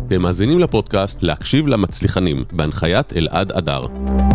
אתם מאזינים לפודקאסט להקשיב למצליחנים, בהנחיית אלעד אדר.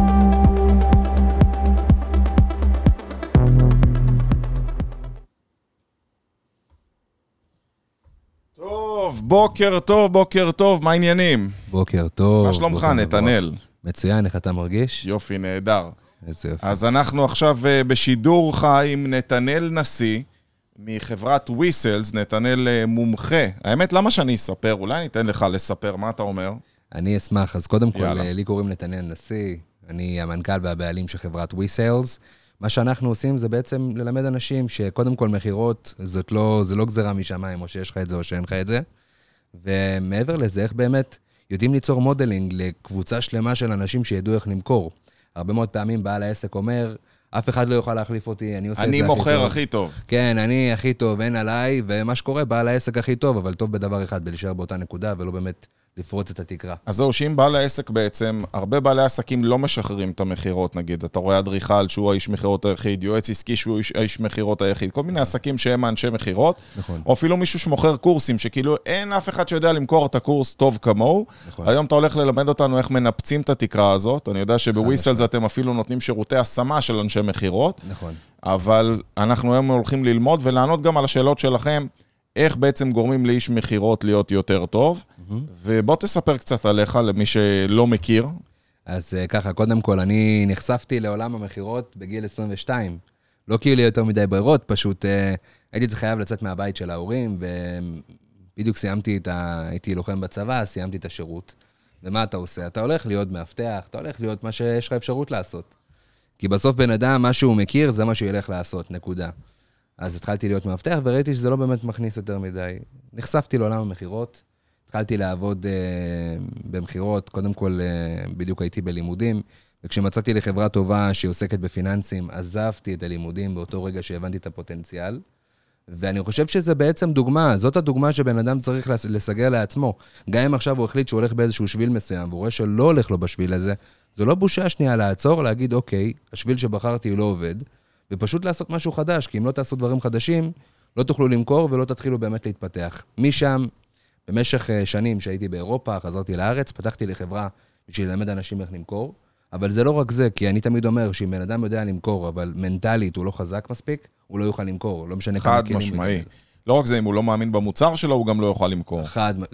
בוקר טוב, מה העניינים? בוקר טוב. מה שלומך, נתנאל? מצוין, איך אתה מרגיש? יופי, נהדר. איזה יופי. אז אנחנו עכשיו בשידור חי עם נתנאל נשיא, מחברת וויסלס, נתנאל מומחה. האמת, למה שאני אספר? אולי ניתן לך לספר, מה אתה אומר? אני אשמח, אז קודם כל, יאללה. לי קוראים נתנאל נשיא, אני המנכ"ל והבעלים של חברת וויסלס. מה שאנחנו עושים זה בעצם ללמד אנשים שקודם כל מחירות, זה לא גזרה משמיים, או שיש לך את זה או שאין לך את זה. ומעבר לזה, איך באמת יודעים ליצור מודלינג לקבוצה שלמה של אנשים שידעו איך למכור. הרבה מאוד פעמים בעל העסק אומר, אף אחד לא יוכל להחליף אותי, אני עושה את זה הכי טוב. אני מוכר הכי טוב. כן, אני הכי טוב, אין עליי, ומה שקורה, בעל העסק הכי טוב, אבל טוב בדבר אחד, בלהישאר באותה נקודה, ולא באמת לפרוץ את התקרה. אז זהו, שאם בעל העסק בעצם, הרבה בעלי עסקים לא משחררים את המחירות, נגיד, אתה רואה אדריכל שהוא האיש מחירות היחיד, יועץ עסקי שהוא האיש מחירות היחיד, כל מיני עסקים שהם אנשי מחירות, נכון. או אפילו מישהו שמוכר קורסים, שכאילו אין אף אחד שיודע למכור את הקורס טוב כמוהו. נכון. היום אתה הולך ללמד אותנו איך מנפצים את התקרה הזאת, אני יודע שבוויסלס אתם אפילו נותנים שירותי השמה של אנשי מחירות, נכון. אבל אנחנו היום הולכים ללמוד ולענות גם על השאלות שלכם, איך בעצם גורמים לאיש מחירות להיות יותר טוב, ובוא תספר קצת עליך למי שלא מכיר. אז ככה, קודם כל, אני נחשפתי לעולם המחירות בגיל 22. לא כי לי יותר מדי ברירות, פשוט הייתי חייב לצאת מהבית של ההורים, ובדיוק הייתי לוחם בצבא, סיימתי את השירות. ומה אתה עושה? אתה הולך להיות מאבטח, אתה הולך להיות מה שיש לך אפשרות לעשות. כי בסוף בן אדם, מה שהוא מכיר, זה מה שהוא ילך לעשות, נקודה. אז התחלתי להיות מאבטח, וראיתי שזה לא באמת מכניס יותר מדי. נחשפתי לעולם המחירות, התחלתי לעבוד במחירות, קודם כל בדיוק הייתי בלימודים, וכשמצאתי לי חברה טובה שהיא עוסקת בפיננסים, עזבתי את הלימודים באותו רגע שהבנתי את הפוטנציאל, ואני חושב שזה בעצם דוגמה, זאת הדוגמה שבן אדם צריך לסגר לעצמו. גם אם עכשיו הוא החליט שהוא הולך באיזשהו שביל מסוים, והוא רואה שלא הולך לו בשביל הזה, זו לא בושה שנייה לעצור, להגיד, אוקיי, השביל שבחרתי הוא לא עובד, ופשוט לעשות משהו חדש, כי אם לא תעשו דברים חדשים, לא תוכלו למכור ולא תתחילו באמת להתפתח. משם, במשך שנים שהייתי באירופה, חזרתי לארץ, פתחתי לי חברה בשביל ללמד אנשים איך למכור, אבל זה לא רק זה, כי אני תמיד אומר שאם בן אדם יודע למכור, אבל מנטלית הוא לא חזק מספיק, הוא לא יוכל למכור, לא משנה כמה כלים. חד משמעי. לא רק זה, אם הוא לא מאמין במוצר שלו, הוא גם לא יוכל למכור.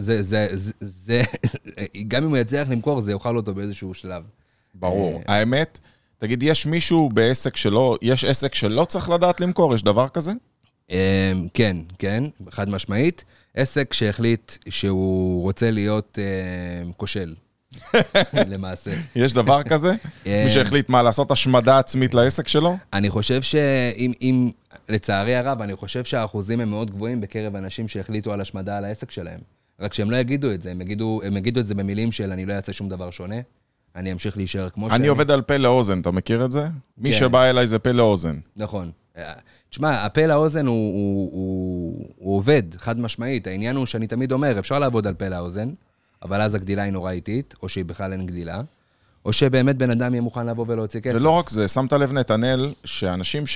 גם אם הוא יצליח למכור, זה יוכל אותו באיזשהו שלב. ברור. האמת, תגיד, יש מישהו בעסק שלו, יש עסק שלא צריך לדעת למכור, יש דבר כזה? כן, חד משמעית. עסק שהחליט שהוא רוצה להיות כושל, למעשה. יש דבר כזה? מי שהחליט מה, לעשות השמדה עצמית לעסק שלו? אני חושב שאם, לצערי הרב, אני חושב שהאחוזים הם מאוד גבוהים בקרב אנשים שהחליטו על השמדה על העסק שלהם. רק שהם לא יגידו את זה, הם יגידו את זה במילים של אני לא אעשה שום דבר שונה, אני אמשיך להישאר כמו שאני. אני עובד על פה לאוזן, אתה מכיר את זה? מי שבא אליי זה פה לאוזן. נכון. תשמע, הפה לאוזן הוא עובד, חד משמעית. העניין הוא שאני תמיד אומר, אפשר לעבוד על פה לאוזן, אבל אז הגדילה היא נורא איטית, או שהיא בכלל אין גדילה, או שבאמת בן אדם יהיה מוכן לבוא ולהוציא כסף. ולא רק זה, שמת לב נתנאל, שאנשים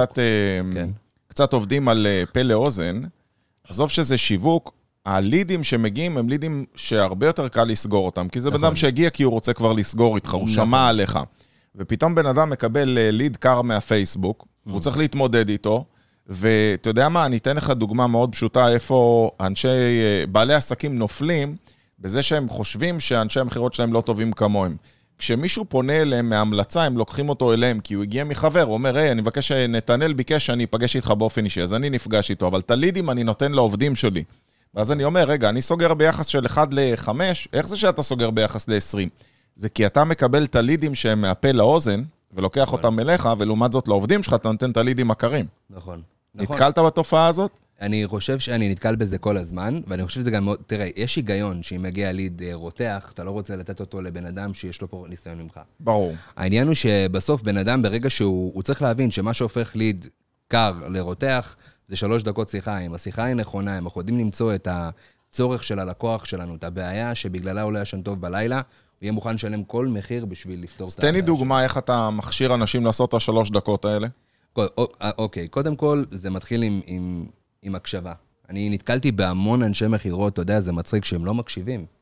שקצת עובדים על פה לאוזן, עזוב שזה שיווק, הלידים שמגיעים הם לידים שהרבה יותר קל לסגור אותם, כי זה בן אדם שהגיע כי הוא רוצה כבר לסגור איתך, הוא שמע עליך. ופתאום בן אדם מקבל ליד קר מהפייסבוק, הוא צריך להתמודד איתו, ואתה יודע מה, אני אתן לך דוגמה מאוד פשוטה, איפה בעלי עסקים נופלים, בזה שהם חושבים שאנשי המחירות שלהם לא טובים כמוהם. כשמישהו פונה אליהם מההמלצה, הם לוקחים אותו אליהם, כי הוא הגיע מחבר, הוא אומר, היי, אני מבקש נתנאל ביקש שאני אפגש איתך באופן אישי, אז אני נפגש איתו, אבל את הלידים אני נותן לעובדים שלי. ואז אני אומר, רגע, אני סוגר ביחס של 1-5, איך זה שאתה סוגר ביחס ל-20? זה כי אתה מקבל את הלידים שהם מהפה לאוזן, ולוקח אותם אליך, ולעומת זאת לעובדים שלך, אתה נותן את הלידים הקרים. נכון. נתקלת בתופעה הזאת? אני חושב שאני נתקל בזה כל הזמן, ואני חושב שזה גם, תראה, יש היגיון שאם מגיע ליד רותח, אתה לא רוצה לתת אותו לבן אדם שיש לו פה ניסיון ממך. ברור. העניין הוא שבסוף בן אדם, ברגע שהוא צריך להבין שמה שהופך ליד קר לרותח, זה 3 דקות שיחה. אם השיחה היא נכונה, הם יכולים למצוא את הצורך של הלקוח שלנו, את הבעיה שבגללה עולה ישן טוב בלילה, הוא יהיה מוכן לשלם כל מחיר בשביל לפתור את הבעיה. תן לי דוגמה איך אתה מכשיר אנשים לעשות את 3 דקות האלה. אוקיי, קודם כל זה מתחיל עם הקשבה. אני נתקלתי בהמון אנשי מחירות, אתה יודע, זה מצחיק שהם לא מקשיבים.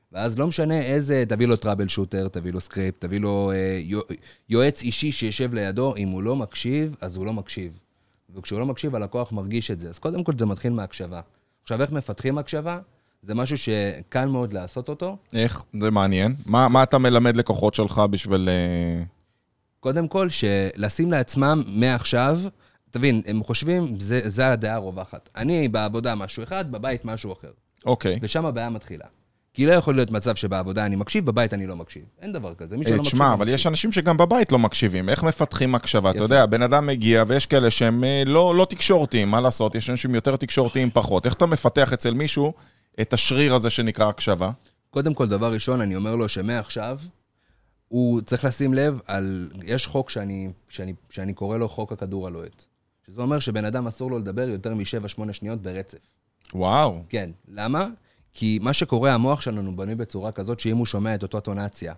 ואז לא משנה איזה, תביא לו טראבל שוטר, תביא לו סקריפט, תביא לו יועץ אישי שישב לידו, אם הוא לא מקשיב, אז הוא לא מקשיב. וכשהוא לא מקשיב, הלקוח מרגיש את זה. אז קודם כל זה מתחיל מהקשבה. עכשיו, איך מפתחים הקשבה? זה משהו שקל מאוד לעשות אותו. איך? זה מעניין. מה אתה מלמד לקוחות שלך בשביל... קודם כל, שלשים לעצמם מעכשיו, תבין, הם חושבים, זה הדעה הרווחת. אני בעבודה משהו אחד, בבית משהו אחר. אוקיי. ושם הבעיה מתחילה. כי לא יכול להיות מצב שבעבודה אני מקשיב, בבית אני לא מקשיב. אין דבר כזה. מי שלא מקשיב... תשמע, אבל יש אנשים שגם בבית לא מקשיבים. איך מפתחים הקשבה? אתה יודע, בן אדם מגיע, ויש כאלה שהם לא תקשורתיים. מה לעשות? יש אנשים יותר תקשורתיים פחות. איך אתה מפתח אצל מישהו את השריר הזה שנקרא הקשבה? קודם כל, דבר ראשון, אני אומר לו שמעכשיו, הוא צריך לשים לב על... יש חוק שאני קורא לו חוק הכדור הלוהט. שזה אומר שבן אדם אסור לו לדבר יותר מ7-8 שניות ברצף. וואו. כן. למה? כי מה שקורה, המוח שלנו בנוי בצורה כזאת, שאם הוא שומע את אותו טונציה,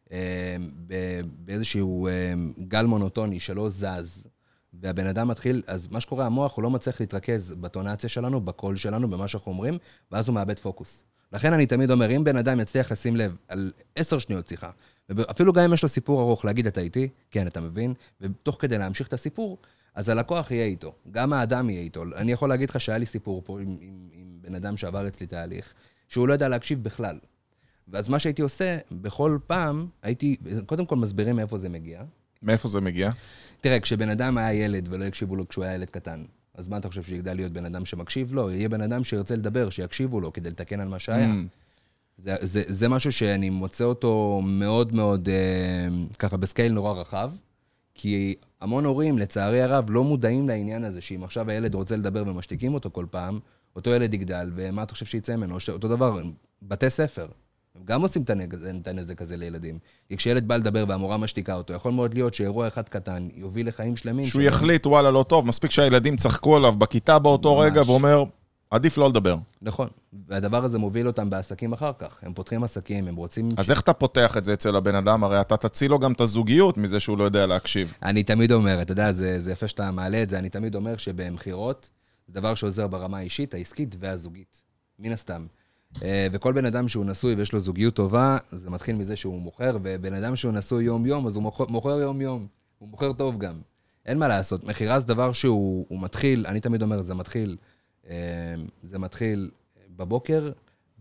באיזשהו גל מונוטוני שלא זז, והבן אדם מתחיל, אז מה שקורה, המוח הוא לא מצליח להתרכז בטונציה שלנו, בקול שלנו, במה שאנחנו אומרים, ואז הוא מאבד פוקוס. לכן אני תמיד אומר, אם בן אדם יצליח לשים לב על 10 שניות שיחה, אפילו גם אם יש לו סיפור ארוך, להגיד אתה איתי, כן, אתה מבין, ותוך כדי להמשיך את הסיפור, אז הלקוח יהיה איתו, גם האדם יהיה איתו. אני יכול להגיד לך שהיה לי סיפור פה עם בן אדם שעבר אצלי תהליך, שהוא לא ידע להקשיב בכלל. ואז מה שהייתי עושה, בכל פעם, הייתי, קודם כל מסבירים מאיפה זה מגיע. מאיפה זה מגיע? תראה, כשבן אדם היה ילד ולא הקשיבו לו כשהוא היה ילד קטן, אז מה אתה חושב שיגדל להיות בן אדם שמקשיב לו? יהיה בן אדם שירצה לדבר, שיקשיבו לו כדי לתקן על מה שהיה. זה משהו שאני מוצא אותו מאוד מאוד, ככה בסקייל נורא רחב, כי המון הורים, לצערי הרב, לא מודעים לעניין הזה, שאם עכשיו הילד רוצה לדבר ומשתיקים אותו כל פעם, אותו ילד יגדל, ומה אתה חושב שיצא ממנו? אותו דבר, בתי ספר, הם גם עושים את הנזק הזה לילדים. כי כשילד בא לדבר והמורה משתיקה אותו, יכול מאוד להיות שאירוע אחד קטן יוביל לחיים שלמים. שהוא יחליט, וואלה, לא טוב, מספיק שהילדים צחקו עליו בכיתה באותו רגע, ואומר, עדיף לא לדבר. נכון, והדבר הזה מוביל אותם בעסקים אחר כך. הם פותחים עסקים, הם רוצים... אז איך אתה פותח את זה אצל הבן אדם? הרי אתה תציל לו גם את הזוגיות מזה שהוא לא יודע להקשיב. אני תמיד אומר, אתה יודע, זה יפה שאתה מעלה את זה, אני תמיד אומר שבמחירות, זה דבר שעוזר ברמה האישית, העסקית והזוגית. מן הסתם. וכל בן אדם שהוא נשוי ויש לו זוגיות טובה, זה מתחיל מזה שהוא מוכר, ובן אדם שהוא נשוי יום-יום, אז הוא מוכר יום-יום. הוא מוכר טוב גם. אין מה לעשות. מחירה זה דבר שהוא מתחיל, אני תמיד אומר, זה מתחיל בבוקר,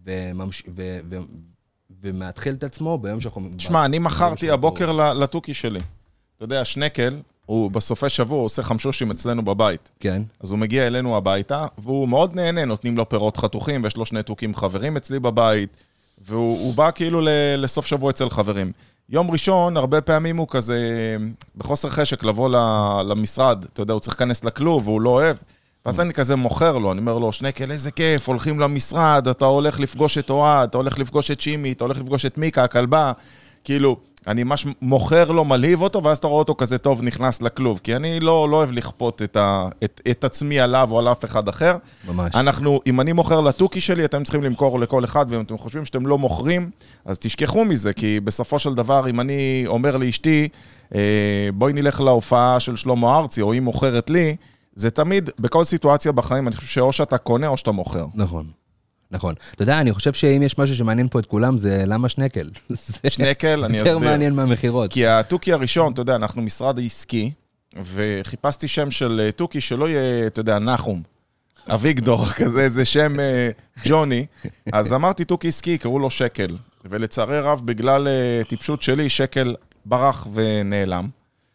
ומתחיל את עצמו ביום שאנחנו... תשמע, אני מכרתי הבוקר לטוקי שלי. אתה יודע, שנקל, הוא בסופי שבוע עושה חמשושים אצלנו בבית. כן. אז הוא מגיע אלינו הביתה, והוא מאוד נהנה, נותנים לו פירות חתוכים, ויש לו 2 טוקים חברים אצלי בבית, והוא בא כאילו לסוף שבוע אצל חברים. יום ראשון, הרבה פעמים הוא כזה, בחוסר חשק לבוא למשרד, אתה יודע, הוא צריך להיכנס לכלוב, והוא לא אוהב. ואז אני כזה מוכר לו, אני אומר לו, שנקל, איזה כיף, הולכים למשרד, אתה הולך לפגוש את אוהד, אתה הולך לפגוש את שימי, אתה הולך לפגוש את מיקה, הכלבה, כאילו, אני ממש מוכר לו, מלהיב אותו, ואז אתה רואה אותו כזה טוב, נכנס לכלוב, כי אני לא אוהב לכפות את עצמי עליו או על אף אחד אחר. ממש. אם אני מוכר לטוקי שלי, אתם צריכים למכור לכל אחד, ואם אתם חושבים שאתם לא מוכרים, אז תשכחו מזה, כי בסופו של דבר, אם אני אומר לאשתי, בואי נלך להופעה של שלמה ארצי, או היא מוכרת לי, זה תמיד, בכל סיטואציה בחיים, אני חושב שאו שאתה קונה או שאתה מוכר. נכון. נכון. אתה יודע, אני חושב שאם יש משהו שמעניין פה את כולם, זה למה שנקל. שנקל, אני אסביר. יותר מעניין מהמחירות. כי הטוקי הראשון, אתה יודע, אנחנו משרד עסקי, וחיפשתי שם של טוקי שלא יהיה, אתה יודע, נחום, אביגדור, כזה, איזה שם ג'וני, אז אמרתי טוקי עסקי, קראו לו שקל, ולצערי רב, בגלל טיפשות שלי, שקל ברח ונעלם,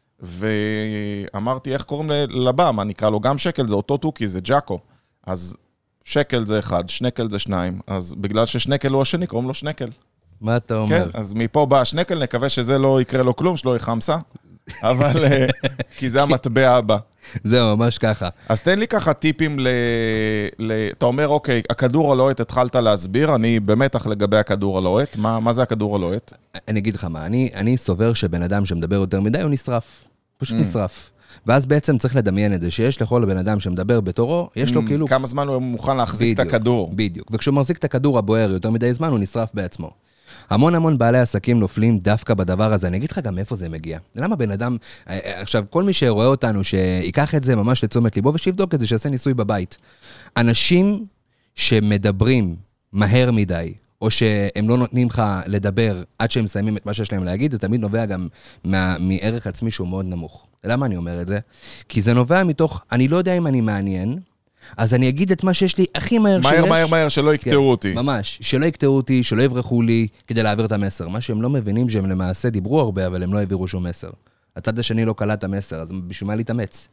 ואמרתי, איך קוראים לבא? מה נקרא לו? גם שקל, זה אותו טוקי, זה ג'אקו. אז שקל זה 1, שנקל זה 2, אז בגלל ששנקל הוא השני, קוראים לו שנקל. מה אתה אומר? כן, אז מפה בא השנקל, נקווה שזה לא יקרה לו כלום, שלא יחמסה, אבל כי זה המטבע הבא. זהו, ממש ככה. אז תן לי ככה טיפים אתה אומר, אוקיי, הכדור הלוהט התחלת להסביר, אני במתח לגבי הכדור הלוהט, מה זה הכדור הלוהט? אני אגיד לך מה, אני סובר שבן אדם שמדבר יותר מדי, הוא נשרף. פשוט נשרף. ואז בעצם צריך לדמיין את זה, שיש לכל בן אדם שמדבר בתורו, יש לו כאילו... כמה זמן הוא מוכן להחזיק את הכדור. בדיוק. וכשהוא מחזיק את הכדור הבוער יותר מדי זמן, הוא נשרף בעצמו. המון בעלי עסקים נופלים דווקא בדבר הזה. אני אגיד לך גם איפה זה מגיע. למה בן אדם... עכשיו, כל מי שרואה אותנו, שיקח את זה ממש לתשומת ליבו, ושיבדוק את זה, שיעשה ניסוי בבית. אנשים שמדברים מהר מדי, או שהם לא נותנים לך לדבר עד שהם מסיימים את מה שיש להם להגיד, זה תמיד נובע גם מערך עצמי שהוא מאוד נמוך. למה אני אומר את זה? כי זה נובע מתוך, אני לא יודע אם אני מעניין, אז אני אגיד את מה שיש לי הכי מהר שיש. מהר, שלא יקטעו אותי. ממש, שלא יקטעו אותי, שלא יברחו לי, כדי להעביר את המסר. מה שהם לא מבינים, שהם למעשה דיברו הרבה, אבל הם לא העבירו שום מסר. הצד השני לא קלט את המסר, אז בשביל מה להתאמץ?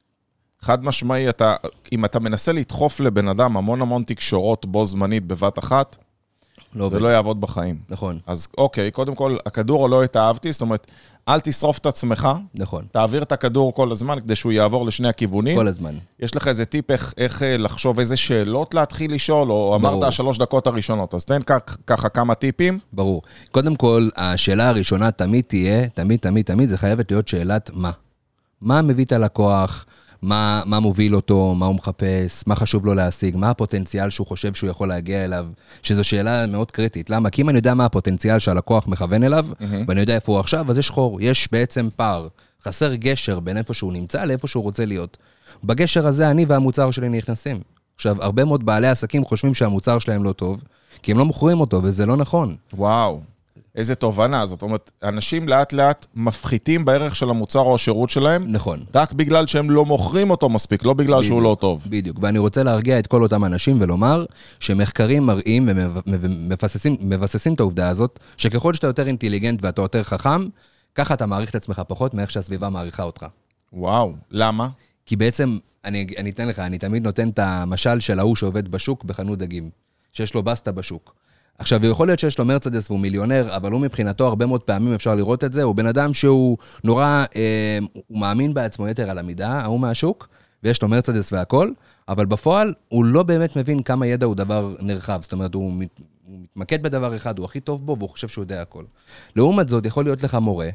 חד משמעי, אם אתה מנסה לדחוף לבן אדם המון תקשורות בו זמנית בבת אחת, זה לא יעבוד בחיים. נכון. אז אוקיי, קודם כל, הכדור לא התאהבתי, זאת אומרת, אל תשרוף את עצמך. נכון. תעביר את הכדור כל הזמן, כדי שהוא יעבור לשני הכיוונים. כל הזמן. יש לך איזה טיפ איך לחשוב איזה שאלות להתחיל לשאול, או אמרת 3 דקות הראשונות, אז תן ככה כמה טיפים. ברור. קודם כל, השאלה הראשונה תמיד תהיה, תמיד, זה חייבת להיות שאלת מה. מה מביא את הלקוח? מה מוביל אותו, מה הוא מחפש, מה חשוב לו להשיג, מה הפוטנציאל שהוא חושב שהוא יכול להגיע אליו, שזו שאלה מאוד קריטית. למה? כי אם אני יודע מה הפוטנציאל שהלקוח מכוון אליו, ואני יודע איפה הוא עכשיו, אז יש חור, יש בעצם פער, חסר גשר בין איפה שהוא נמצא לאיפה שהוא רוצה להיות. בגשר הזה אני והמוצר שלי נכנסים. עכשיו, הרבה מאוד בעלי עסקים חושבים שהמוצר שלהם לא טוב, כי הם לא מוכרים אותו, וזה לא נכון. וואו. איזה תובנה, זאת אומרת, אנשים לאט לאט מפחיתים בערך של המוצר או השירות שלהם. נכון. רק בגלל שהם לא מוכרים אותו מספיק, לא בגלל שהוא לא טוב. בדיוק, ואני רוצה להרגיע את כל אותם אנשים ולומר שמחקרים מראים ומבססים את העובדה הזאת, שככל שאתה יותר אינטליגנט ואתה יותר חכם, ככה אתה מעריך את עצמך פחות מאיך שהסביבה מעריכה אותך. וואו, למה? כי בעצם, אני אתן לך, אני תמיד נותן את המשל של ההוא שעובד בשוק בחנות דגים, שיש לו בסטה בשוק. עכשיו, יכול להיות שיש לו מרצדס והוא מיליונר, אבל הוא מבחינתו הרבה מאוד פעמים אפשר לראות את זה, הוא בן אדם שהוא נורא, הוא מאמין בעצמו יותר על המידה, הוא מהשוק, ויש לו מרצדס והכל, אבל בפועל הוא לא באמת מבין כמה ידע הוא דבר נרחב, זאת אומרת, הוא מתמקד בדבר אחד, הוא הכי טוב בו, והוא חושב שהוא יודע הכל. לעומת זאת, יכול להיות לך מורה,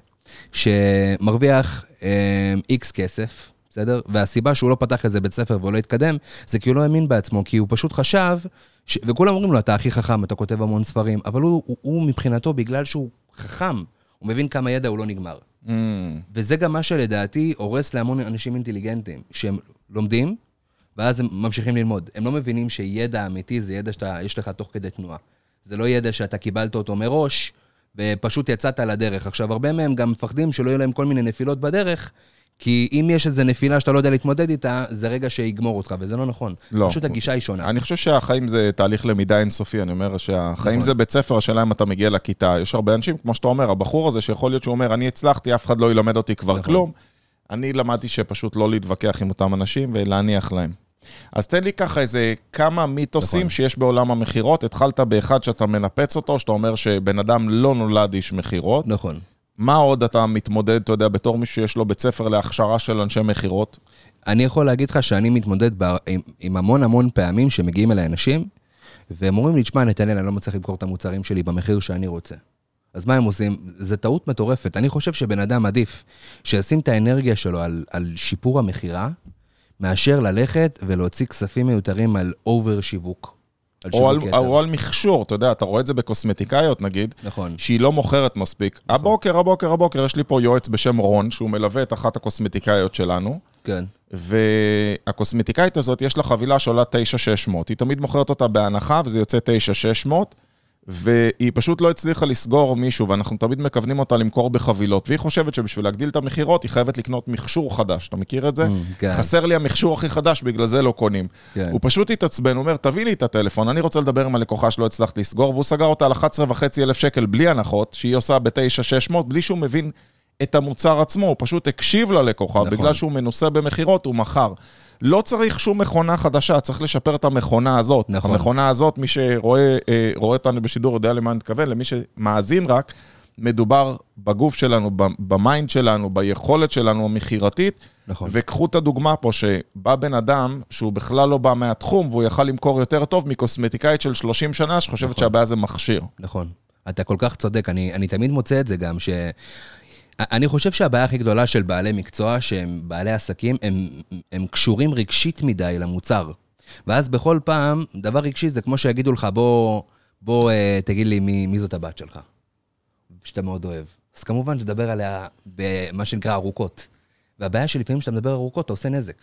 שמרוויח X כסף, בסדר? והסיבה שהוא לא פתח איזה בית ספר ולא התקדם, זה כי הוא לא האמין בעצמו, כי הוא פשוט חשב, וכולם אומרים לו, אתה הכי חכם, אתה כותב המון ספרים, אבל הוא מבחינתו, בגלל שהוא חכם, הוא מבין כמה ידע הוא לא נגמר. וזה גם מה שלדעתי הורס להמון אנשים אינטליגנטים, שהם לומדים, ואז הם ממשיכים ללמוד. הם לא מבינים שידע אמיתי זה ידע שיש לך תוך כדי תנועה. זה לא ידע שאתה קיבלת אותו מראש, ופשוט יצאת לדרך. עכשיו, הרבה מהם גם מפחדים שלא יהיו להם כל מיני נפילות בדרך, כי אם יש איזו נפילה שאתה לא יודע להתמודד איתה, זה רגע שיגמור אותך, וזה לא נכון. לא. פשוט הגישה היא שונה. אני חושב שהחיים זה תהליך למידה אינסופי, אני אומר שהחיים זה בית ספר, השאלה אם אתה מגיע לכיתה. יש הרבה אנשים, כמו שאתה אומר, הבחור הזה שיכול להיות שהוא אומר, אני הצלחתי, אף אחד לא ילמד אותי כבר כלום. אני למדתי שפשוט לא להתווכח עם אותם אנשים ולהניח להם. אז תן לי ככה איזה כמה מיתוסים שיש בעולם המחירות. התחלת באחד שאתה מנפץ אותו, שאתה אומר שבן אדם לא נולד איש מחירות. נכון. מה עוד אתה מתמודד, אתה יודע, בתור מישהו שיש לו בית ספר להכשרה של אנשי מחירות? אני יכול להגיד לך שאני מתמודד עם המון פעמים שמגיעים אליי אנשים, והם אומרים לי, תשמע, נתנאל, אני לא מצליח למכור את המוצרים שלי במחיר שאני רוצה. אז מה הם עושים? זה טעות מטורפת. אני חושב שבן אדם עדיף שישים את האנרגיה שלו על שיפור המחירה, מאשר ללהוציא כספים מיותרים על אובר שיווק. או על מכשור, אתה יודע, אתה רואה את זה בקוסמטיקאיות נגיד, נכון. שהיא לא מוכרת מספיק. הבוקר, יש לי פה יועץ בשם רון, שהוא מלווה את אחת הקוסמטיקאיות שלנו. כן. והקוסמטיקאית הזאת, יש לה חבילה שעולה 9,600. היא תמיד מוכרת אותה בהנחה, וזה יוצא 9,600, והיא פשוט לא הצליחה לסגור מישהו, ואנחנו תמיד מכוונים אותה למכור בחבילות, והיא חושבת שבשביל להגדיל את המחירות, היא חייבת לקנות מכשור חדש. אתה מכיר את זה? כן. חסר לי המכשור הכי חדש, בגלל זה לא קונים. כן. הוא פשוט התעצבן, הוא אומר, תביא לי את הטלפון, אני רוצה לדבר עם הלקוחה שלא הצלחת לסגור, והוא סגר אותה על 11,500 שקל בלי הנחות, שהיא עושה ב-9,600, בלי שהוא מבין את המוצר עצמו, הוא פשוט הקשיב ללקוחה, נכון. בגלל שהוא מנוסה במחירות, הוא מכר. לא צריך שום מכונה חדשה, צריך לשפר את המכונה הזאת. נכון. המכונה הזאת, מי שרואה אותנו בשידור יודע למה אני מתכוון, למי שמאזין רק, מדובר בגוף שלנו, במיינד שלנו, ביכולת שלנו המחירתית, נכון. וקחו את הדוגמה פה, שבא בן אדם שהוא בכלל לא בא מהתחום, והוא יכל למכור יותר טוב מקוסמטיקאית של 30 שנה, שחושבת נכון. שהבעיה זה מכשיר. נכון. אתה כל כך צודק, אני תמיד מוצא את זה גם, אני חושב שהבעיה הכי גדולה של בעלי מקצוע, שהם בעלי עסקים, הם קשורים רגשית מדי למוצר. ואז בכל פעם, דבר רגשי זה כמו שיגידו לך, בוא תגיד לי מי זאת הבת שלך, שאתה מאוד אוהב. אז כמובן שתדבר עליה במה שנקרא ארוכות. והבעיה שלפעמים שאתה מדבר ארוכות, אתה עושה נזק.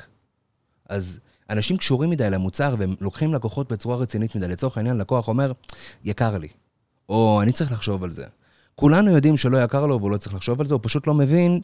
אז אנשים קשורים מדי למוצר, והם לוקחים לקוחות בצורה רצינית מדי. לצורך העניין, לקוח אומר, יקר לי. או אני צריך לחשוב על זה. כולנו יודעים שלא יקר לו, והוא לא צריך לחשוב על זה, הוא פשוט לא מבין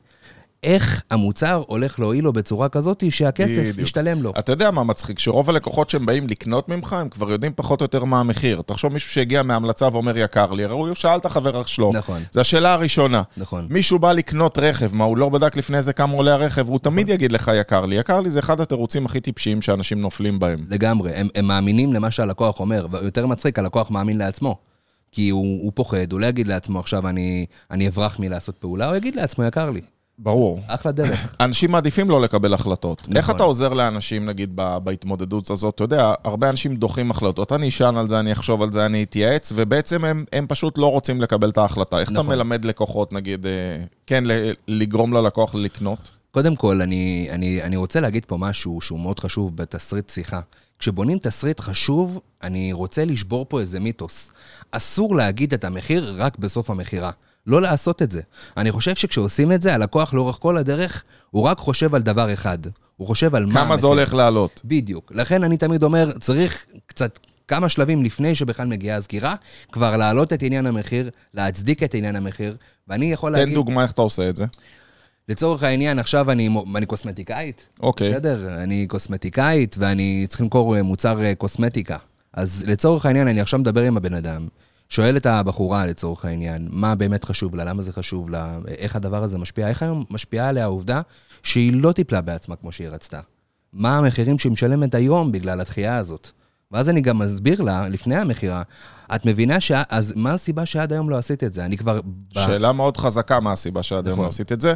איך המוצר הולך להועיל לו בצורה כזאת שהכסף ישתלם לו. אתה יודע מה מצחיק? שרוב הלקוחות שהם באים לקנות ממך, הם כבר יודעים פחות או יותר מה המחיר. תחשוב מישהו שהגיע מהמלצה ואומר יקר לי, הוא שאל את החבר שלו. נכון. זו השאלה הראשונה. נכון. מישהו בא לקנות רכב, מה הוא לא בדק לפני זה כמה עולה הרכב, הוא תמיד יגיד לך יקר לי. יקר לי זה אחד התירוצים הכי טיפשיים שאנשים נופלים בהם. לגמרי, הם מאמינים למה שהלקוח אומר, ויותר מצחיק, הלקוח מאמין לעצמו. כי הוא פוחד, הוא לא יגיד לעצמו עכשיו אני אברח מלעשות פעולה, הוא יגיד לעצמו יקר לי. ברור. אחלה דרך. אנשים מעדיפים לא לקבל החלטות. נכון. איך אתה עוזר לאנשים, נגיד, בהתמודדות הזאת? אתה יודע, הרבה אנשים דוחים החלטות. אני אשאל על זה, אני אחשוב על זה, אני אתייעץ, ובעצם הם פשוט לא רוצים לקבל את ההחלטה. איך אתה מלמד לקוחות, נגיד, כן, לגרום ללקוח לקנות? קודם כל, אני רוצה להגיד פה משהו שהוא מאוד חשוב בתסריט שיחה. כשבונים תסריט חשוב, אני רוצה לשבור פה איזה מיתוס. אסור להגיד את המחיר רק בסוף המחירה. לא לעשות את זה. אני חושב שכשעושים את זה, הלקוח לאורך כל הדרך, הוא רק חושב על דבר אחד. הוא חושב על מה המחיר. כמה זה הולך לעלות. בדיוק. לכן אני תמיד אומר, צריך קצת כמה שלבים לפני שבכלל מגיעה הסגירה, כבר להעלות את עניין המחיר, להצדיק את עניין המחיר, ואני יכול להגיד... תן דוגמה איך אתה עושה את זה. לצורך העניין, עכשיו אני קוסמטיקאית. אוקיי. בסדר? אני קוסמטיקאית, ואני צריך למכור מוצר קוסמטיקה. אז לצורך העניין, אני עכשיו מדבר עם הבן אדם, שואל את הבחורה לצורך העניין, מה באמת חשוב לה, למה זה חשוב לה, איך הדבר הזה משפיע, איך היום משפיעה עליה העובדה שהיא לא טיפלה בעצמה כמו שהיא רצתה. מה המחירים שהיא משלמת היום בגלל התחייה הזאת. ואז אני גם מסביר לה, לפני המחירה, את מבינה אז מה הסיבה שעד היום לא עשית את זה? אני כבר... שאלה מאוד חזקה מה הסיבה שעד היום לא עשית את זה,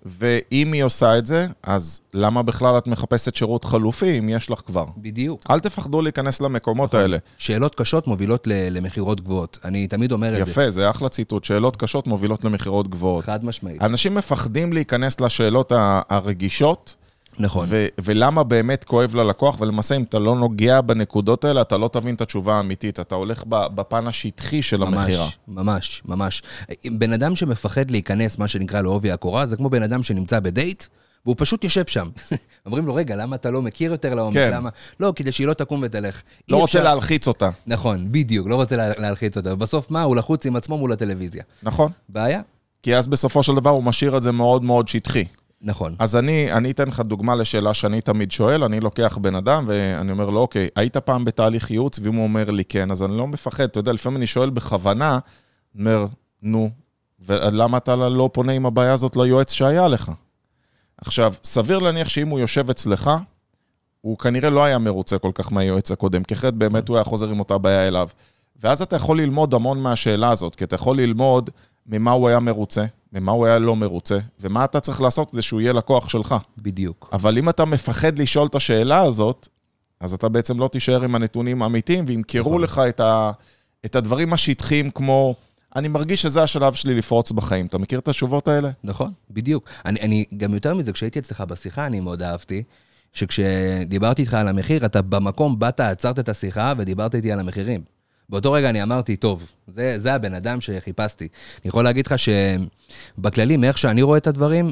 ואם היא עושה את זה, אז למה בכלל את מחפשת שירות חלופי אם יש לך כבר? בדיוק. אל תפחדו להיכנס למקומות האלה. שאלות קשות מובילות למחירות גבוהות. אני תמיד אומר את זה. יפה, זה אחלה ציטוט. שאלות קשות מובילות למחירות גבוהות. חד משמעית. אנשים מפחדים להיכנס לשאלות הרגישות, נכון. ולמה באמת כואב ללקוח, ולמעשה אם אתה לא נוגע בנקודות האלה, אתה לא תבין את התשובה האמיתית, אתה הולך בפן השטחי של המחירה. ממש, ממש. בן אדם שמפחד להיכנס, מה שנקרא לעובי הקורה, זה כמו בן אדם שנמצא בדייט, והוא פשוט יושב שם. אומרים לו, רגע, למה אתה לא מכיר יותר לעומק? כן. למה? לא, כדי שהיא לא תקום ותלך. לא רוצה להלחיץ אותה. נכון, בדיוק, לא רוצה להלחיץ אותה. ובסוף מה? הוא לחוץ עם עצמו מול הטלוויזיה. נכון. בעיה? כי אז בסופו של דבר הוא משאיר את זה מאוד מאוד שטחי. נכון. אז אני אתן לך דוגמה לשאלה שאני תמיד שואל, אני לוקח בן אדם ואני אומר לו, אוקיי, היית פעם בתהליך ייעוץ, ואם הוא אומר לי כן, אז אני לא מפחד, אתה יודע, לפעמים אני שואל בכוונה, אומר, נו, ולמה אתה לא פונה עם הבעיה הזאת ליועץ שהיה לך? עכשיו, סביר להניח שאם הוא יושב אצלך, הוא כנראה לא היה מרוצה כל כך מהיועץ הקודם, כי אחרת באמת הוא היה חוזר עם אותה בעיה אליו. ואז אתה יכול ללמוד המון מהשאלה הזאת, כי אתה יכול ללמוד ממה הוא היה מרוצה, ממה הוא היה לא מרוצה, ומה אתה צריך לעשות כדי שהוא יהיה לקוח שלך. בדיוק. אבל אם אתה מפחד לשאול את השאלה הזאת, אז אתה בעצם לא תישאר עם הנתונים האמיתיים, וימכרו לך את הדברים השטחיים כמו, אני מרגיש שזה השלב שלי לפרוץ בחיים. אתה מכיר את התשובות האלה? נכון, בדיוק. אני גם יותר מזה, כשהייתי אצלך בשיחה, אני מאוד אהבתי, שכשדיברתי איתך על המחיר, אתה במקום באת, עצרת את השיחה ודיברת איתי על המחירים. באותו רגע אני אמרתי, טוב, זה הבן אדם שחיפשתי. אני יכול להגיד לך שבכללי, מאיך שאני רואה את הדברים,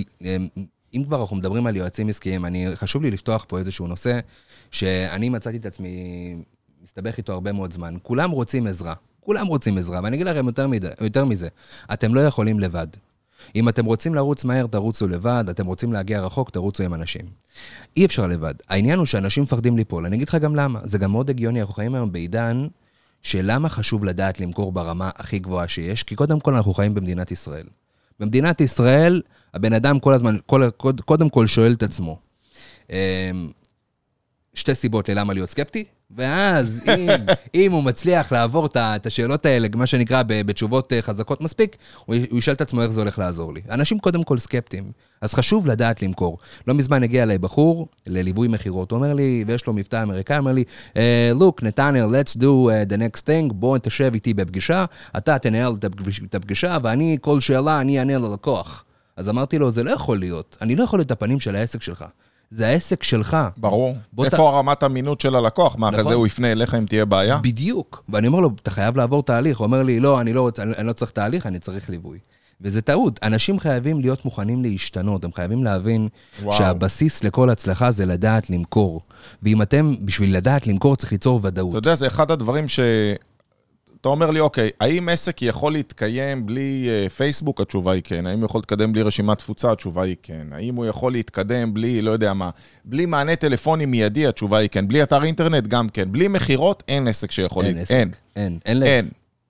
אם כבר אנחנו מדברים על יועצים עסקיים, חשוב לי לפתוח פה איזשהו נושא, שאני מצאתי את עצמי, מסתבך איתו הרבה מאוד זמן. כולם רוצים עזרה, ואני אגיד לכם יותר מזה, אתם לא יכולים לבד. אם אתם רוצים לרוץ מהר, תרוצו לבד, אתם רוצים להגיע רחוק, תרוצו עם אנשים. אי אפשר לבד. העניין הוא שאנשים מפחדים ליפול, אני אגיד לך גם למה. זה גם מאוד הגיוני, אנחנו חיים היום בעידן שלמה חשוב לדעת למכור ברמה הכי גבוהה שיש, כי קודם כל אנחנו חיים במדינת ישראל. במדינת ישראל, הבן אדם כל הזמן, קודם כל שואל את עצמו, שתי סיבות ללמה להיות סקפטי, ואז אם הוא מצליח לעבור את השאלות האלה, מה שנקרא בתשובות חזקות מספיק, הוא ישאל את עצמו איך זה הולך לעזור לי. אנשים קודם כל סקפטיים, אז חשוב לדעת למכור. לא מזמן הגיע אליי בחור לליווי מחירות, הוא אומר לי, ויש לו מבטא אמריקאי, אומר לי, look, נתנאל, let's do the next thing, בוא תשב איתי בפגישה, אתה תנהל את הפגישה, ואני כל שאלה, אני אענה ללקוח. אז אמרתי לו, זה לא יכול להיות, אני לא יכול להיות הפנים של העסק שלך. זה העסק שלך. ברור. איפה הרמת אמינות של הלקוח? מה, אחרי זה הוא יפנה אליך אם תהיה בעיה? בדיוק. ואני אומר לו, אתה חייב לעבור תהליך. הוא אומר לי, לא, אני לא צריך תהליך, אני צריך ליווי. וזה טעות. אנשים חייבים להיות מוכנים להשתנות. הם חייבים להבין שהבסיס לכל הצלחה זה לדעת למכור. ואם אתם, בשביל לדעת למכור, צריך ליצור ודאות. אתה יודע, זה אחד הדברים אתה אומר לי, אוקיי, האם עסק יכול להתקיים בלי פייסבוק? התשובה היא כן. האם הוא יכול להתקדם בלי רשימת תפוצה? התשובה היא כן. האם הוא יכול להתקדם בלי, לא יודע מה, בלי מענה טלפוני מיידי? התשובה היא כן. בלי אתר אינטרנט? גם כן. בלי מחירות? אין עסק שיכול להתקיים. אין.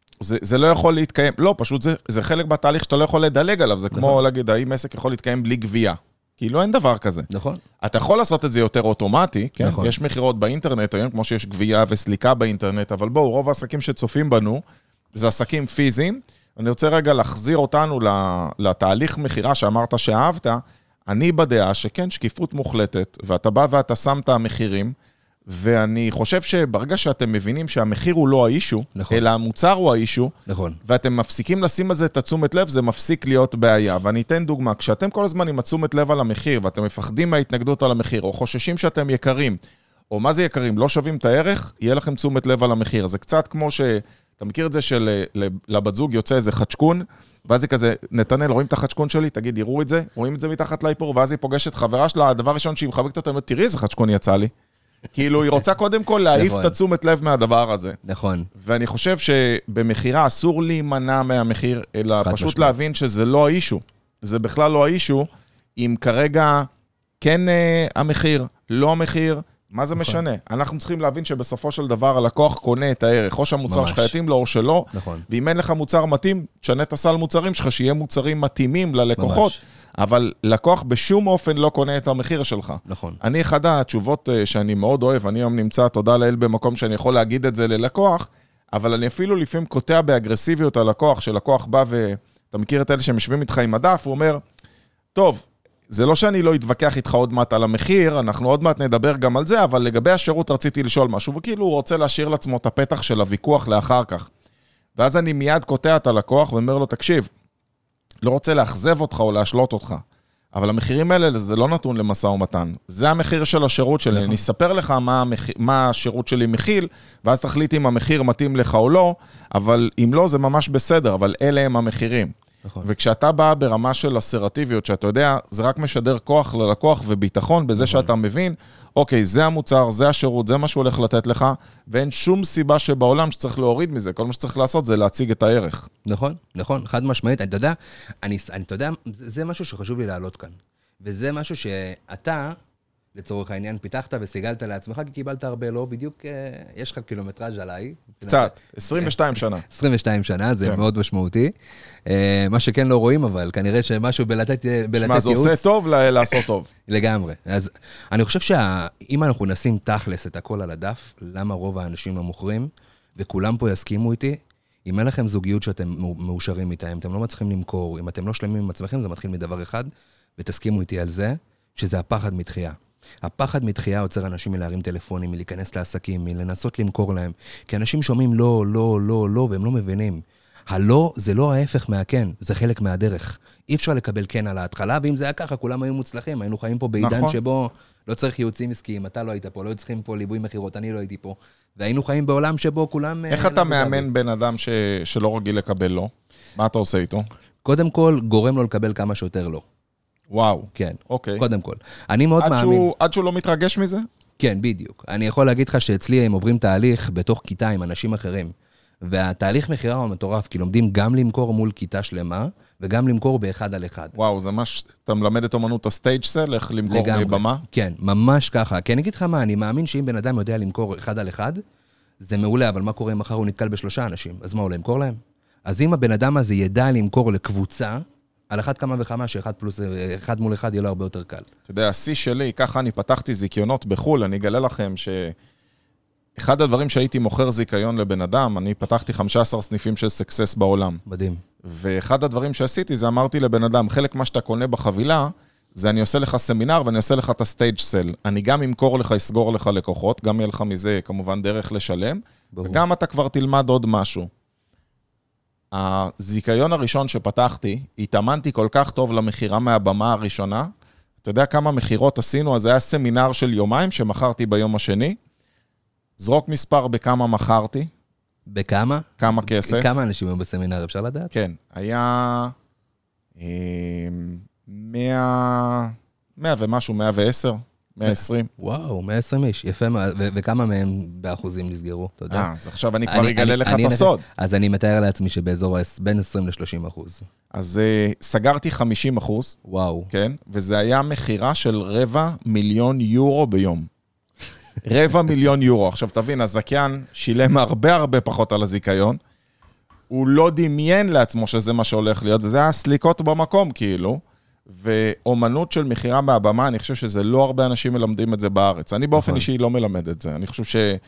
זה לא יכול להתקיים. לא, פשוט זה חלק בתהליך שאתה לא יכול לדלג עליו. זה כמו להגיד, האם עסק יכול להתקיים בלי גבייה? כאילו אין דבר כזה. נכון. אתה יכול לעשות את זה יותר אוטומטי, כן? נכון. יש מחירות באינטרנט היום, כמו שיש גבייה וסליקה באינטרנט, אבל בואו, רוב העסקים שצופים בנו, זה עסקים פיזיים. אני רוצה רגע להחזיר אותנו לתהליך מחירה שאמרת שאהבת. אני בדעה שכן, שקיפות מוחלטת, ואתה בא ואתה שם את המחירים, ואני חושב שברגע שאתם מבינים שהמחיר הוא לא האישו, נכון. אלא המוצר הוא האישו, נכון. ואתם מפסיקים לשים על זה את התשומת לב, זה מפסיק להיות בעיה. ואני אתן דוגמה, כשאתם כל הזמן עם התשומת לב על המחיר, ואתם מפחדים מההתנגדות על המחיר, או חוששים שאתם יקרים, או מה זה יקרים, לא שווים את הערך, יהיה לכם תשומת לב על המחיר. זה קצת כמו אתה מכיר את זה שלבת זוג יוצא איזה חדשקון, ואז היא כזה, נתנאל, רואים את החדשקון שלי? תגיד, יראו את זה? רואים את זה מתחת לאיפור, ואז היא פוגשת חברה שלה, הדבר הראשון שהיא מחבקת אותה, תראי איזה חדשקון יצא לי. כאילו, היא רוצה קודם כל להעיף את התשומת לב מהדבר הזה. נכון. ואני חושב שבמחירה אסור להימנע מהמחיר, אלא פשוט להבין שזה לא האישו. זה בכלל לא האישו, אם כרגע כן המחיר, לא המחיר, מה זה משנה? אנחנו צריכים להבין שבסופו של דבר הלקוח קונה את הערך, או שהמוצר שלך יתאים לו או שלא, ואם אין לך מוצר מתאים, תשנה את הסל מוצרים שלך, שיהיה מוצרים מתאימים ללקוחות. אבל לקוח בשום אופן לא קונה את המחיר שלך. נכון. אני אחד התשובות שאני מאוד אוהב, אני היום נמצא, תודה לאל, במקום שאני יכול להגיד את זה ללקוח, אבל אני אפילו לפעמים קוטע באגרסיביות הלקוח, שלקוח בא ואתה מכיר את אלה שמשווים איתך עם הדף, הוא אומר, טוב, זה לא שאני לא אתווכח איתך עוד מעט על המחיר, אנחנו עוד מעט נדבר גם על זה, אבל לגבי השירות רציתי לשאול משהו, וכאילו הוא רוצה להשאיר לעצמו את הפתח של הוויכוח לאחר כך. ואז אני מיד קוטע את הלקוח ואומר לו, תקשיב, לא רוצה לאכזב אותך או להשלות אותך, אבל המחירים האלה זה לא נתון למשא ומתן. זה המחיר של השירות שלי. אני אספר לך מה השירות שלי מכיל, ואז תחליט אם המחיר מתאים לך או לא, אבל אם לא זה ממש בסדר, אבל אלה הם המחירים. וכשאתה בא ברמה של אסרטיביות, שאתה יודע, זה רק משדר כוח ללקוח וביטחון בזה שאתה מבין, אוקיי, זה המוצר, זה השירות, זה מה שהוא הולך לתת לך, ואין שום סיבה שבעולם שצריך להוריד מזה. כל מה שצריך לעשות זה להציג את הערך. נכון, נכון, חד משמעית. אתה יודע, זה משהו שחשוב לי להעלות כאן. וזה משהו שאתה, לצורך העניין, פיתחת וסיגלת לעצמך, כי קיבלת הרבה, לא בדיוק, יש לך קילומטראז' עליי. קצת, 22 שנה. 22 שנה, זה מאוד משמעותי. מה שכן לא רואים, אבל כנראה שמשהו בלתת ייעוץ. שמה, זה עושה טוב לעשות טוב. לגמרי. אז אני חושב שאם אנחנו נשים תכלס את הכל על הדף, למה רוב האנשים לא מוכרים, וכולם פה יסכימו איתי, אם אין לכם זוגיות שאתם מאושרים איתה, אם אתם לא מצליחים למכור, אם אתם לא שלמים עם עצמכם, זה מתחיל מדבר אחד, ותסכימו איתי על זה, שזה הפחד מתחייה. הפחד מתחייה עוצר אנשים מלהרים טלפונים, מלהיכנס לעסקים, מלנסות למכור להם. כי אנשים שומעים לא, לא, לא, לא, והם לא מבינים. הלא זה לא ההפך מהכן, זה חלק מהדרך. אי אפשר לקבל כן על ההתחלה, ואם זה היה ככה, כולם היו מוצלחים. היינו חיים פה בעידן שבו לא צריך ייעוצים עסקיים, אתה לא היית פה, לא צריכים פה ליווי מחירות, אני לא הייתי פה. והיינו חיים בעולם שבו כולם... איך אתה מאמן בן אדם שלא רגיל לקבל לא? מה אתה עושה איתו? קודם כל, גורם לו לקבל כמה שיותר לא. וואו. כן, אוקיי. קודם כל. אני מאוד מאמין. עד שהוא לא מתרגש מזה? כן, בדיוק. אני יכול להגיד לך שאצלי הם עוברים תהליך בתוך כיתה עם אנשים אחרים. והתהליך מחירה הוא מטורף, כי לומדים גם למכור מול כיתה שלמה, וגם למכור באחד על אחד. וואו, זה ממש, אתה מלמד את אומנות הסטייג' סל, איך למכור בבמה? כן, ממש ככה. כי אני אגיד לך מה, אני מאמין שאם בן אדם יודע למכור אחד על אחד, זה מעולה, אבל מה קורה אם מחר הוא נתקל בשלושה אנשים? אז מה, הוא לא ימכור להם? אז אם הבן אדם הזה ידע למכור לקבוצה, על אחת כמה וכמה, שאחד פלוס אחד מול אחד יהיה לו הרבה יותר קל. אתה יודע, השיא שלי, ככה אני פתחתי זיקיונות בחול, אני אגלה לכם שאחד הדברים שהייתי מוכר זיקיון לבן אדם, אני פתחתי 15 סניפים של סקסס בעולם. מדהים. ואחד הדברים שעשיתי זה אמרתי לבן אדם, חלק מה שאתה קונה בחבילה, זה אני עושה לך סמינר ואני עושה לך את הסטייג' סל. אני גם אמכור לך, אסגור לך לקוחות, גם יהיה לך מזה כמובן דרך לשלם, וגם אתה כבר תלמד עוד משהו. הזיקיון הראשון שפתחתי, התאמנתי כל כך טוב למחירה מהבמה הראשונה. אתה יודע כמה מחירות עשינו? אז זה היה סמינר של יומיים שמכרתי ביום השני. זרוק מספר בכמה מכרתי. בכמה? כמה כסף. כמה אנשים היו בסמינר, אפשר לדעת? כן, היה 100 ומשהו, 110. 120. וואו, 120 איש, יפה, וכמה מהם באחוזים נסגרו, אתה יודע? אז עכשיו אני כבר אגלה לך את הסוד. אז אני מתאר לעצמי שבאזור בין 20 ל-30%. אז סגרתי 50%. וואו. כן, וזה היה מחירה של 250,000 יורו ביום. 250,000 יורו. עכשיו תבין, הזכיין שילם הרבה פחות על הזיקיון. הוא לא דמיין לעצמו שזה מה שהולך להיות, וזה היה סליקות במקום כאילו. ואומנות של מחירה מהבמה, אני חושב שזה לא הרבה אנשים מלמדים את זה בארץ. אני באופן אישי לא מלמד את זה. אני חושב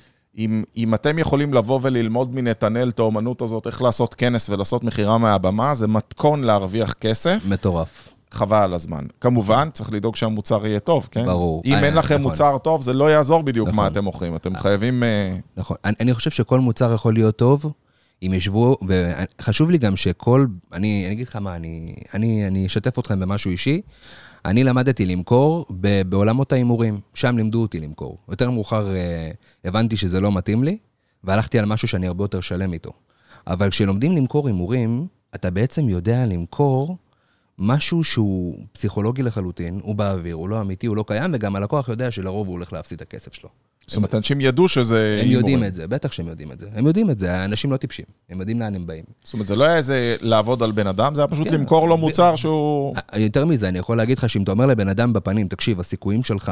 שאם אתם יכולים לבוא וללמוד מנתנאל את האומנות הזאת, איך לעשות כנס ולעשות מחירה מהבמה, זה מתכון להרוויח כסף. מטורף. חבל על הזמן. כמובן, צריך לדאוג שהמוצר יהיה טוב, כן? ברור. אם אין לכם מוצר טוב, זה לא יעזור בדיוק נכון. מה אתם מוכרים. אתם חייבים... נכון. אני חושב שכל מוצר יכול להיות טוב, אם ישבו, וחשוב לי גם שכל, אני אגיד לך מה, אני אשתף אתכם במשהו אישי, אני למדתי למכור בעולמות האימורים, שם לימדו אותי למכור. יותר מאוחר הבנתי שזה לא מתאים לי, והלכתי על משהו שאני הרבה יותר שלם איתו. אבל כשלומדים למכור אימורים, אתה בעצם יודע למכור משהו שהוא פסיכולוגי לחלוטין, הוא באוויר, הוא לא אמיתי, הוא לא קיים, וגם הלקוח יודע שלרוב הוא הולך להפסיד את הכסף שלו. זאת אומרת, אנשים ידעו שזה... הם יודעים את זה, בטח שהם יודעים את זה. הם יודעים את זה, האנשים לא טיפשים. הם יודעים לאן הם באים. זאת אומרת, זה לא היה איזה לעבוד על בן אדם, זה היה פשוט למכור לו מוצר שהוא... יותר מזה, אני יכול להגיד לך שאם אתה אומר לבן אדם בפנים, תקשיב, הסיכויים שלך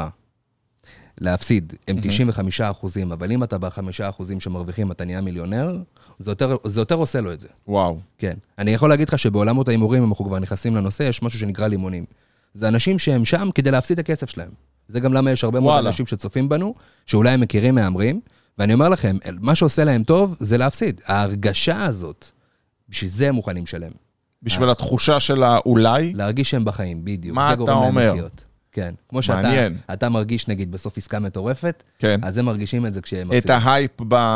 להפסיד הם 95%, אבל אם אתה ב5% שמרוויחים, אתה נהיה מיליונר, זה יותר עושה לו את זה. וואו. כן. אני יכול להגיד לך שבעולמות האימורים, אם אנחנו כבר נכנסים לנושא, יש משהו שנקרא לימונים. זה אנשים שהם שם כדי להפסיד את הכסף שלהם. זה גם למה יש הרבה מאוד אנשים שצופים בנו, שאולי הם מכירים מהמרים, ואני אומר לכם, מה שעושה להם טוב זה להפסיד. ההרגשה הזאת, בשביל זה הם מוכנים לשלם. בשביל התחושה של האולי? להרגיש שהם בחיים, בדיוק. מה אתה אומר? כן. כמו שאתה מרגיש, נגיד, בסוף עסקה מטורפת, כן. אז הם מרגישים את זה כשהם את ההייפ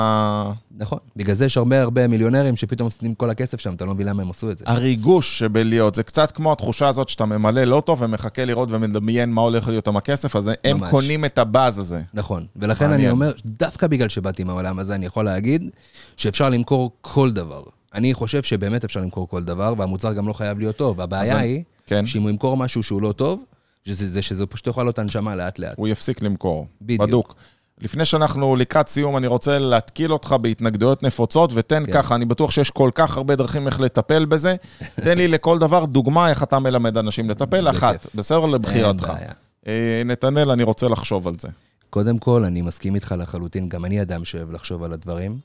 נכון. בגלל זה יש הרבה מיליונרים שפתאום מפסידים כל הכסף שם, אתה לא מבין למה הם עשו את זה. הריגוש שבלהיות, זה קצת כמו התחושה הזאת שאתה ממלא לא טוב ומחכה לראות ומדמיין מה הולך להיות עם הכסף, אז הם קונים את הבאז הזה. נכון. ולכן אני אומר, דווקא בגלל שבאתי מהעולם הזה, אני יכול להגיד שאפשר למכור כל דבר. אני חושב שבאמת אפשר למכור כל דבר, והמוצר גם לא חייב להיות טוב. הבעיה היא שאם הוא ימכור משהו שהוא לא טוב, שזה פשוט יכול להיות הנשמה לאט לאט. הוא יפסיק למכור. בדיוק. לפני שאנחנו לקראת סיום, אני רוצה להתקיל אותך בהתנגדויות נפוצות, ותן ככה, אני בטוח שיש כל כך הרבה דרכים איך לטפל בזה. תן לי לכל דבר דוגמה איך אתה מלמד אנשים לטפל. אחת, בסדר לבחירתך. נתנאל, אני רוצה לחשוב על זה. קודם כל, אני מסכים איתך לחלוטין, גם אני אדם שאוהב לחשוב על הדברים.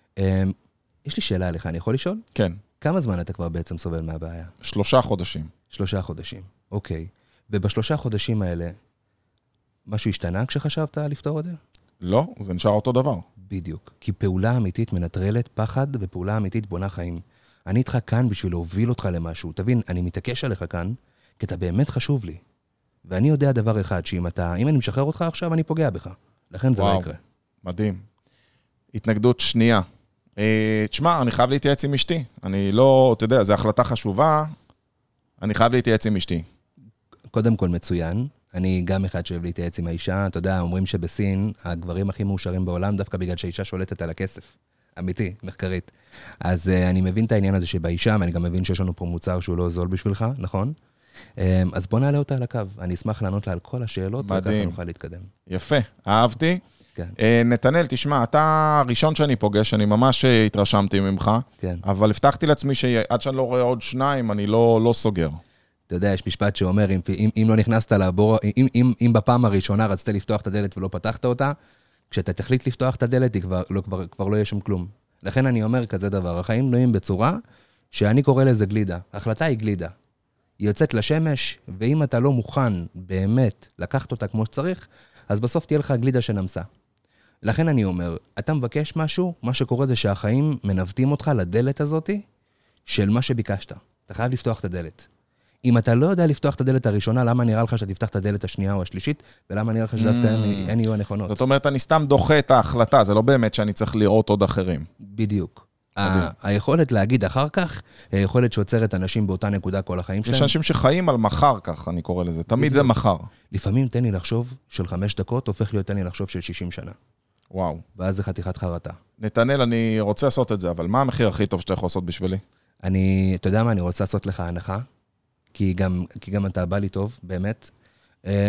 יש לי שאלה עליך, אני יכול לשאול? כן. כמה זמן אתה כבר בעצם סובל מהבעיה? 3 חודשים. 3 חודשים, אוקיי. וב3 חודשים האלה, משהו השתנה כשחשבת לפתור את זה? לא, זה נשאר אותו דבר. בדיוק. כי פעולה אמיתית מנטרלת פחד, ופעולה אמיתית בונה חיים. אני איתך כאן בשביל להוביל אותך למשהו. תבין, אני מתעקש עליך כאן, כי אתה באמת חשוב לי. ואני יודע דבר אחד, אם אני משחרר אותך עכשיו, אני פוגע בך. לכן זה לא יקרה. מדהים. התנגדות שנייה. תשמע, אני חייב להתייעץ עם אשתי. אני לא, אתה יודע, זו החלטה חשובה. אני חייב להתייעץ עם אשתי. קודם כל מצוין. אני גם אחד שאוהב להתייעץ עם האישה. אתה יודע, אומרים שבסין, הגברים הכי מאושרים בעולם, דווקא בגלל שהאישה שולטת על הכסף. אמיתי, מחקרית. אז אני מבין את העניין הזה שבאישה, ואני גם מבין שיש לנו פה מוצר שהוא לא זול בשבילך, נכון? אז בוא נעלה אותה על הקו. אני אשמח לענות לה על כל השאלות, וככה נוכל להתקדם. יפה, אהבתי. כן. נתנאל, תשמע, אתה הראשון שאני פוגש, אני ממש התרשמתי ממך, כן. אבל הבטחתי לעצמי שעד שאני לא רואה עוד 2, אני לא סוגר. אתה יודע, יש משפט שאומר, אם לא נכנסת לבור, אם בפעם הראשונה רצית לפתוח את הדלת ולא פתחת אותה, כשאתה תחליט לפתוח את הדלת, כבר לא יהיה שם כלום. לכן אני אומר כזה דבר, החיים נועים בצורה שאני קורא לזה גלידה. ההחלטה היא גלידה. היא יוצאת לשמש, ואם אתה לא מוכן באמת לקחת אותה כמו שצריך, אז בסוף תהיה לך גלידה שנמסה. לכן אני אומר, אתה מבקש משהו, מה שקורה זה שהחיים מנווטים אותך לדלת הזאת של מה שביקשת. אתה חייב לפתוח את הדלת. אם אתה לא יודע לפתוח את הדלת הראשונה, למה נראה לך שאתה תפתח את הדלת השנייה או השלישית, ולמה נראה לך שדווקא הן יהיו הנכונות? זאת אומרת, אני סתם דוחה את ההחלטה, זה לא באמת שאני צריך לראות עוד אחרים. בדיוק. היכולת להגיד אחר כך, היכולת שעוצרת אנשים באותה נקודה כל החיים שלהם. יש אנשים שחיים על מחר, כך אני קורא לזה. תמיד זה מחר. לפעמים תן לי לחשוב של 5 דקות, הופך להיות תן לי לחשוב של 60 שנה. וואו. ואז זה חתיכת חרטה. נתנאל, אני רוצה לעשות את זה, אבל מה המחיר הכי טוב שאתה יכול לעשות בשבילי? אתה יודע מה, אני רוצה לעשות לך הנחה, כי גם אתה בא לי טוב, באמת.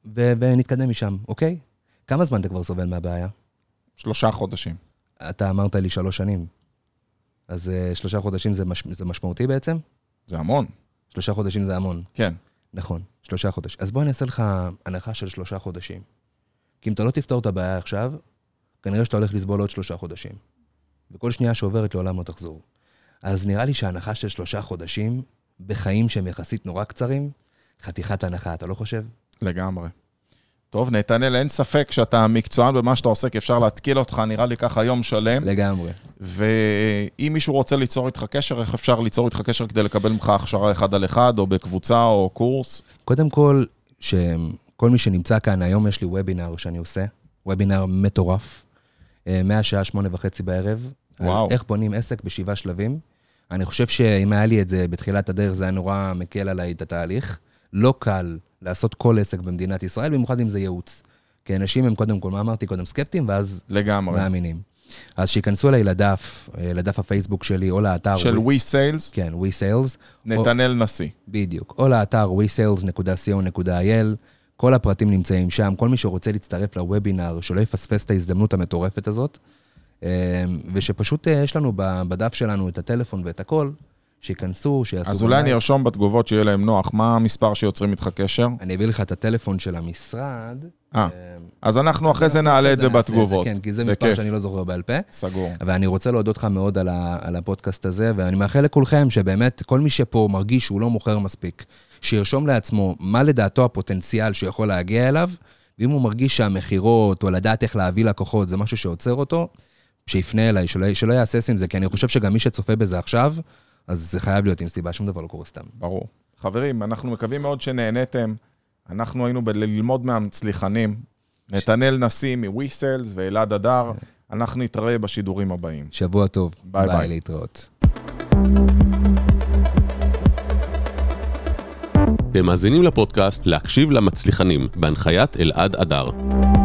ונתקדם משם, אוקיי? כמה זמן אתה כבר סובל מהבעיה? 3 חודשים. אתה אמרת לי 3 שנים. אז 3 חודשים זה משמעותי בעצם? זה המון. 3 חודשים זה המון. כן. נכון, 3 חודשים. אז בוא אני אעשה לך הנחה של 3 חודשים. כי אם אתה לא תפתור את הבעיה עכשיו, כנראה שאתה הולך לסבול עוד 3 חודשים. וכל שנייה שעוברת לעולם לא תחזור. אז נראה לי שההנחה של 3 חודשים, בחיים שהם יחסית נורא קצרים, חתיכת הנחה, אתה לא חושב? לגמרי. טוב, נתנאל, אין ספק שאתה מקצוען במה שאתה עושה, כי אפשר להתקיל אותך, נראה לי ככה יום שלם. לגמרי. ואם מישהו רוצה ליצור איתך קשר, איך אפשר ליצור איתך קשר כדי לקבל ממך הכשרה 1-על-1, או בקבוצה, או קורס? קודם כל, שכל מי שנמצא כאן, היום יש לי וובינר שאני עושה, וובינר מטורף, מהשעה 8:30 בערב, וואו. על איך בונים עסק ב7 שלבים. אני חושב שאם היה לי את זה בתחילת הדרך, זה היה נורא מקל עליי את התהליך. לא קל לעשות כל עסק במדינת ישראל, במיוחד אם זה ייעוץ. כי אנשים הם קודם כל, מה אמרתי קודם, סקפטיים, ואז לגמרי. מאמינים. אז שיכנסו אליי לדף הפייסבוק שלי, או לאתר... של WeSales? כן, WeSales. נתנאל נשיא. בדיוק. או לאתר wesales.co.il. כל הפרטים נמצאים שם. כל מי שרוצה להצטרף לוובינר, שלא יפספס את ההזדמנות המטורפת הזאת. ושפשוט יש לנו בדף שלנו את הטלפון ואת הכל, שיכנסו, שיעשו... אז אולי אני ארשום בתגובות שיהיה להם נוח, מה המספר שיוצרים איתך קשר? אני אביא לך את הטלפון של המשרד. אז אנחנו אחרי זה נעלה את זה בתגובות. כן, כי זה מספר שאני לא זוכר בעל פה. סגור. ואני רוצה להודות לך מאוד על הפודקאסט הזה, ואני מאחל לכולכם שבאמת כל מי שפה מרגיש שהוא לא מוכר מספיק, שירשום לעצמו מה לדעתו הפוטנציאל שיכול להגיע אליו, ואם הוא מרגיש שהמחירות או לדעת איך להביא לקוחות זה משהו שעוצר אותו, שיפנה אליי, שלא יעשס עם זה, כי אני חושב שגם מי שצופה בזה עכשיו, אז זה חייב להיות עם סיבה, שום דבר לא קורה סתם. ברור. חברים, אנחנו מקווים מאוד שנהנתם. אנחנו היינו ללמוד מהמצליחנים. נתנאל נשיא מ-WeSales ואלעד אדר. אנחנו נתראה בשידורים הבאים. שבוע טוב. ביי ביי. להתראות. אתם מאזינים לפודקאסט להקשיב למצליחנים, בהנחיית אלעד אדר.